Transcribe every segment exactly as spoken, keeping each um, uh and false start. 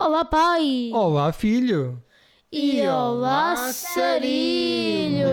Olá, pai! Olá, filho! E olá, sarilho!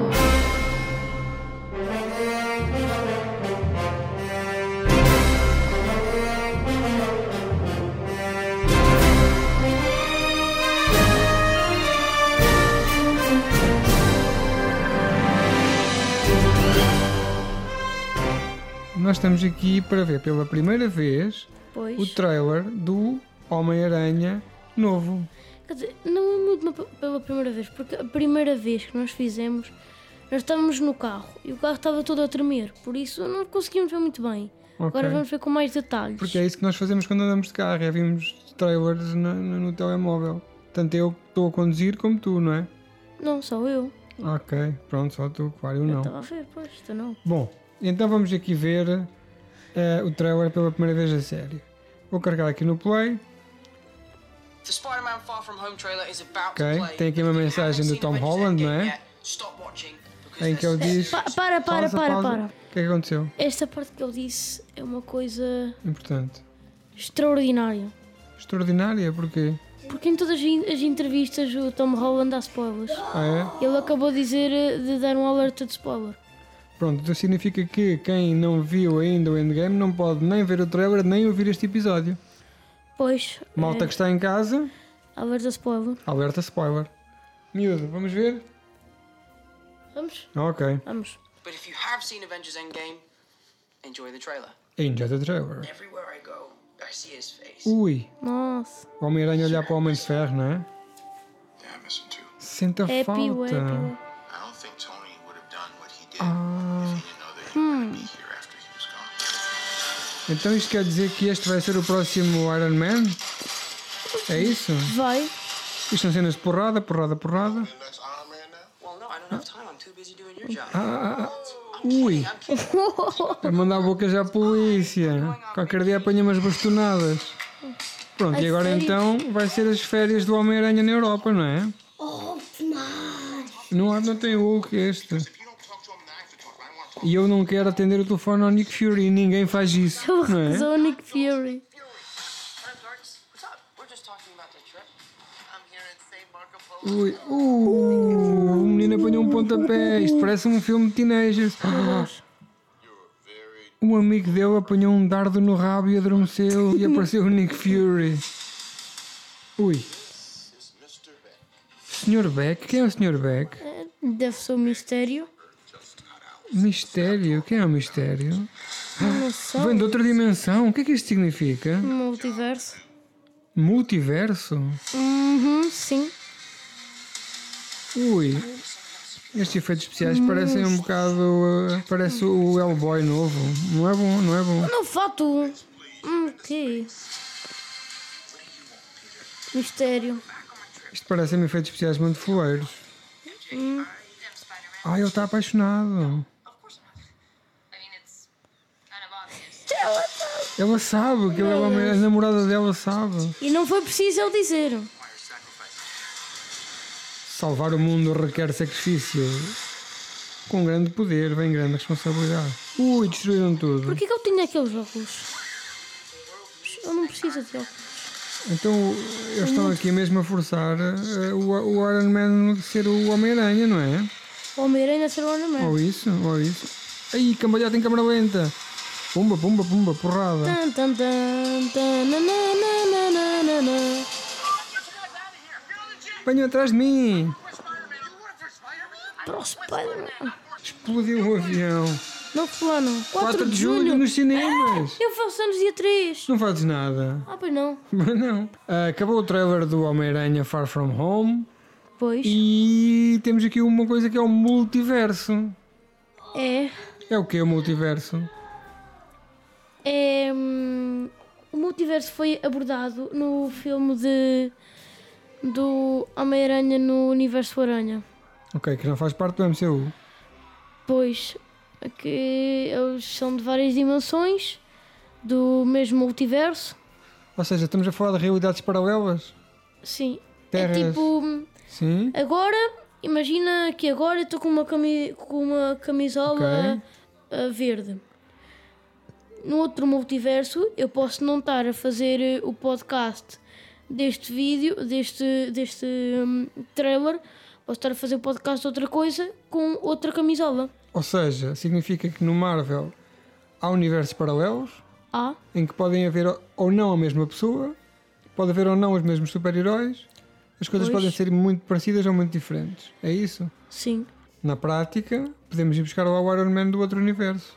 Nós estamos aqui para ver pela primeira vez Pois. o trailer do Homem-Aranha novo. Quer dizer, não é muito pela primeira vez, porque a primeira vez que nós fizemos, nós estávamos no carro e o carro estava todo a tremer, por isso não conseguimos ver muito bem. Ok. Agora vamos ver com mais detalhes. Porque é isso que nós fazemos quando andamos de carro, é vimos trailers no, no, no telemóvel. Tanto eu que estou a conduzir como tu, não é? Não, só eu. Ok, pronto, só tu, claro, eu Eu não. estava a ver, pois, tu não. Bom, então vamos aqui ver uh, o trailer pela primeira vez a série. Vou carregar aqui no play. The Spider-Man Far From Home trailer is about Ok, to play. tem aqui uma mensagem do Tom Holland, não é? Stop watching because Em que ele there's- diz... Pa- para, para, Pausa, para, pausa. para. O que é que aconteceu? Esta parte que ele disse é uma coisa Importante. extraordinária. Extraordinária, porquê? Porque em todas as in- as entrevistas o Tom Holland dá spoilers. Ah, é? Ele acabou de dizer eh, de dar um alerta de spoiler. Pronto, então significa que quem não viu ainda o Endgame não pode nem ver o trailer nem ouvir este episódio. Pois, Malta é, que está em casa, alerta spoiler. alerta spoiler. Miúdo, vamos ver? Vamos? Ok. Vamos. But if you have seen Avengers Endgame, enjoy the trailer. Enjoy the trailer. Everywhere I go, I see his face. Ui, Nossa. o Homem-Aranha olhar para o Homem de Ferro, não é? Yeah, I miss him too. Senta Happy, falta. happy. I don't think Tony would have done what he did Ah, if he didn't know that you were going to be here after he was gone. então isto quer dizer que este vai ser o próximo Iron Man? É isso? Vai. Isto são cenas de porrada, porrada, porrada. The next Iron Man now? Well, no, I don't have time. I'm too busy doing your job. Ah, ah, ah. I'm Ui, kidding, I'm kidding. a mandar a boca já à polícia. Qualquer dia apanha umas bastonadas. Pronto, Ai, e agora sério? então vai ser as férias do Homem-Aranha na Europa, não é? Oh, demais. Não, há- não tem Hulk este. If you don't talk to him now, you have to talk. I want to talk. E eu não quero atender o telefone ao Nick Fury. Ninguém faz isso, Eu não é? recusou o Nick Fury. What up, Darks? What's up? We're just talking about the trip. I'm here in Saint Marco Polo. Ui, uh, o menino apanhou um pontapé. Isto parece um filme de teenagers. Ah, You're very. um amigo dele apanhou um dardo no rabo e adormeceu e apareceu o Nick Fury. Ui, This is mister Beck. senhor Beck? Quem é o senhor Beck? Deve ser um mistério. Mistério? Quem é o mistério? Não sei. Vem de outra dimensão. O que é que isto significa? Multiverso. Multiverso? Uhum, sim. Ui, estes efeitos especiais parecem um bocado. uh, parece o Hellboy novo. Não é bom, não é bom. No fato. Hum, ok. Mistério. Isto parecem efeitos especiais muito foleiros. Ah, ele está apaixonado. I mean, it's kind of obvious. Ela sabe que ele é o homem, a namorada dela sabe. E não foi preciso ele dizer. Salvar o mundo requer sacrifício. Com grande poder vem grande responsabilidade. Ui, destruíram tudo. Porquê que eu tinha aqueles óculos? Eu não preciso de óculos. Então eles estão aqui mesmo a forçar uh, o, o Iron Man a ser o Homem-Aranha, não é? O Homem-Aranha ser o ornamento. Ou isso, ou isso. Aí, cambalhota em câmara lenta. Pumba, pumba, pumba, porrada. Tan, tan, tan, tan, na, na, na, na, na, na. Venham atrás de mim. Para o Spider-Man. Explodiu o avião. Não, fulano. quatro de julho nos cinemas. Eu faço anos dia três. Não fazes nada. Ah, pois não. Mas não. Ah, acabou o trailer do Homem-Aranha Far From Home. Pois. E temos aqui uma coisa que é o multiverso. É. É o que é o multiverso? É. hum, o multiverso foi abordado no filme de. Do Homem-Aranha no Universo Aranha. Ok, que não faz parte do M C U. Pois. Que eles são de várias dimensões. Do mesmo multiverso. Ou seja, estamos a falar de realidades paralelas? Sim. Terras. É tipo. Sim. Agora, imagina que agora eu estou com uma, cami com uma camisola uh, verde. No outro multiverso, eu posso não estar a fazer uh, o podcast deste vídeo, deste, deste hum, trailer, posso estar a fazer o podcast de outra coisa com outra camisola. Ou seja, significa que no Marvel há universos paralelos Ah, em que podem haver ou não a mesma pessoa, pode haver ou não os mesmos super-heróis, as coisas Pois. podem ser muito parecidas ou muito diferentes. É isso? sim, Na prática, podemos ir buscar o Iron Man do outro universo.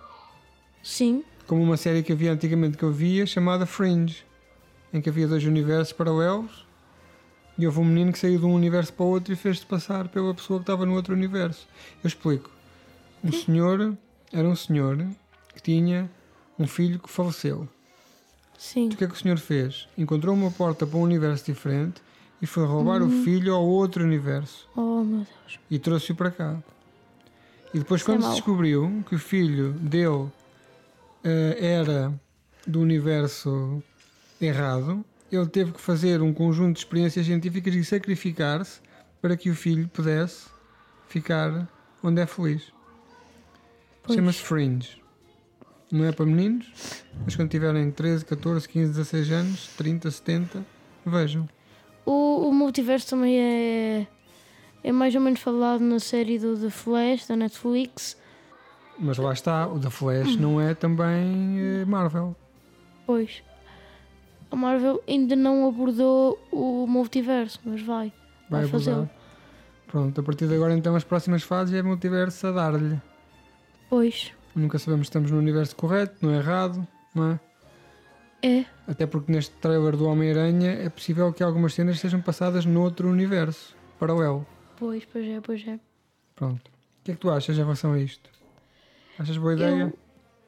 sim, Como uma série que havia antigamente que eu via, chamada Fringe, em que havia dois universos paralelos e houve um menino que saiu de um universo para o outro e fez-se passar pela pessoa que estava no outro universo. Eu explico. Um senhor, era um senhor que tinha um filho que faleceu. sim. O que é que o senhor fez? Encontrou uma porta para um universo diferente e foi roubar o filho ao outro universo Oh meu Deus. e trouxe-o para cá. E depois, Isso é quando se mau. descobriu que o filho dele eh, era do universo errado, ele teve que fazer um conjunto de experiências científicas e sacrificar-se para que o filho pudesse ficar onde é feliz. Pois. Chama-se Fringe. Não é para meninos, mas quando tiverem treze, catorze, quinze, dezasseis anos, trinta, setenta, vejam. O, o multiverso também é, é mais ou menos falado na série do The Flash, da Netflix. Mas lá está, o da Flash não é também eh, Marvel. Pois, a Marvel ainda não abordou o multiverso, mas vai, vai, Vai fazê-lo. abordar. Pronto, a partir de agora então as próximas fases é multiverso a dar-lhe. Pois, Nunca sabemos se estamos no universo correto, no errado, não é? é, Até porque neste trailer do Homem-Aranha é possível que algumas cenas sejam passadas noutro universo paralelo. pois, pois é, pois é. Pronto. O que é que tu achas em relação a isto? Achas boa ideia? Eu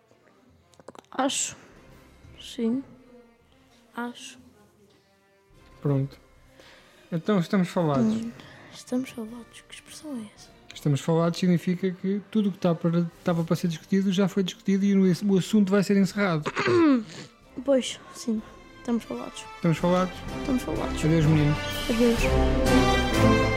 acho, sim, acho. Pronto. Então estamos falados. Hum, estamos falados, que expressão é essa? Estamos falados significa que tudo o que está para, estava para ser discutido já foi discutido e o assunto vai ser encerrado. Pois, sim, estamos falados, Estamos falados? estamos falados. Adeus, menino. Adeus.